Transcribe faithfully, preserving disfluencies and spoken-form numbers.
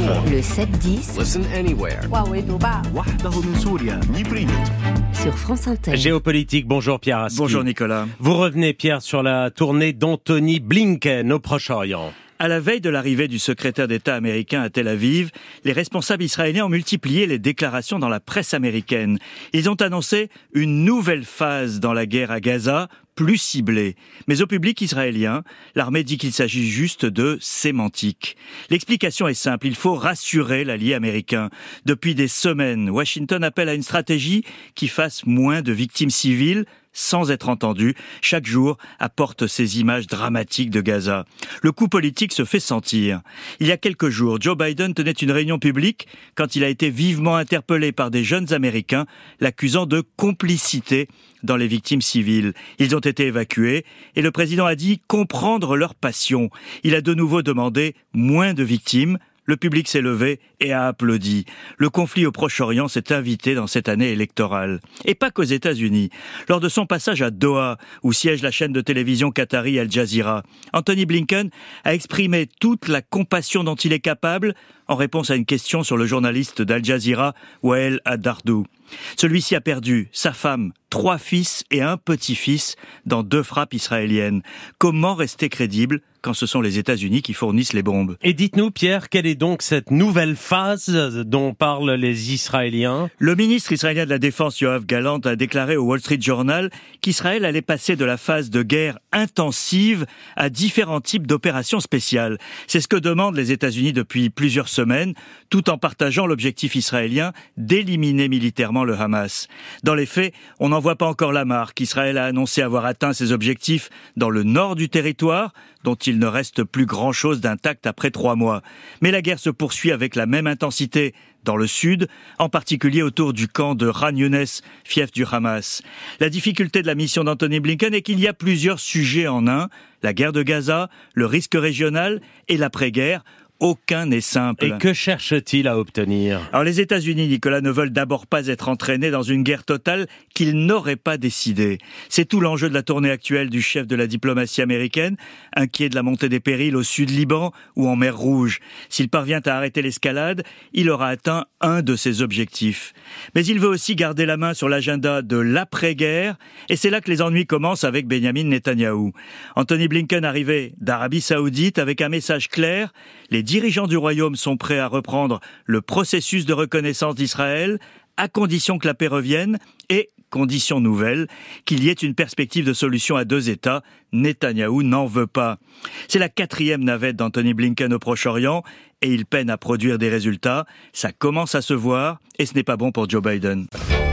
Le sept dix. Listen anywhere. Sur France Inter. Géopolitique, bonjour Pierre Aski. Bonjour Nicolas. Vous revenez Pierre sur la tournée d'Antony Blinken au Proche-Orient. À la veille de l'arrivée du secrétaire d'État américain à Tel Aviv, les responsables israéliens ont multiplié les déclarations dans la presse américaine. Ils ont annoncé une nouvelle phase dans la guerre à Gaza, plus ciblée. Mais au public israélien, l'armée dit qu'il s'agit juste de sémantique. L'explication est simple, il faut rassurer l'allié américain. Depuis des semaines, Washington appelle à une stratégie qui fasse moins de victimes civiles, sans être entendu, chaque jour apporte ces images dramatiques de Gaza. Le coup politique se fait sentir. Il y a quelques jours, Joe Biden tenait une réunion publique quand il a été vivement interpellé par des jeunes Américains l'accusant de complicité dans les victimes civiles. Ils ont été évacués et le président a dit comprendre leur passion. Il a de nouveau demandé moins de victimes. Le public s'est levé et a applaudi. Le conflit au Proche-Orient s'est invité dans cette année électorale. Et pas qu'aux États-Unis. Lors de son passage à Doha, où siège la chaîne de télévision qatari Al Jazeera, Antony Blinken a exprimé toute la compassion dont il est capable en réponse à une question sur le journaliste d'Al Jazeera, Wael Adardou. Celui-ci a perdu sa femme, trois fils et un petit-fils dans deux frappes israéliennes. Comment rester crédible quand ce sont les États-Unis qui fournissent les bombes? Et dites-nous, Pierre, quelle est donc cette nouvelle phase dont parlent les Israéliens? Le ministre israélien de la Défense, Yoav Gallant, a déclaré au Wall Street Journal qu'Israël allait passer de la phase de guerre intensive à différents types d'opérations spéciales. C'est ce que demandent les États-Unis depuis plusieurs semaines, tout en partageant l'objectif israélien d'éliminer militairement le Hamas. Dans les faits, on n'en voit pas encore la marque. Israël a annoncé avoir atteint ses objectifs dans le nord du territoire, dont il ne reste plus grand-chose d'intact après trois mois. Mais la guerre se poursuit avec la même intensité dans le sud, en particulier autour du camp de Khan Younes, fief du Hamas. La difficulté de la mission d'Antony Blinken est qu'il y a plusieurs sujets en un, la guerre de Gaza, le risque régional et l'après-guerre. Aucun n'est simple. Et que cherche-t-il à obtenir? Alors les États-Unis, Nicolas, ne veulent d'abord pas être entraînés dans une guerre totale qu'ils n'auraient pas décidée. C'est tout l'enjeu de la tournée actuelle du chef de la diplomatie américaine, inquiet de la montée des périls au sud Liban ou en mer Rouge. S'il parvient à arrêter l'escalade, il aura atteint un de ses objectifs. Mais il veut aussi garder la main sur l'agenda de l'après-guerre, et c'est là que les ennuis commencent avec Benjamin Netanyahou. Antony Blinken arrivait d'Arabie Saoudite avec un message clair: les dirigeants du royaume sont prêts à reprendre le processus de reconnaissance d'Israël, à condition que la paix revienne et, condition nouvelle, qu'il y ait une perspective de solution à deux États. Netanyahou n'en veut pas. C'est la quatrième navette d'Antony Blinken au Proche-Orient et il peine à produire des résultats. Ça commence à se voir et ce n'est pas bon pour Joe Biden.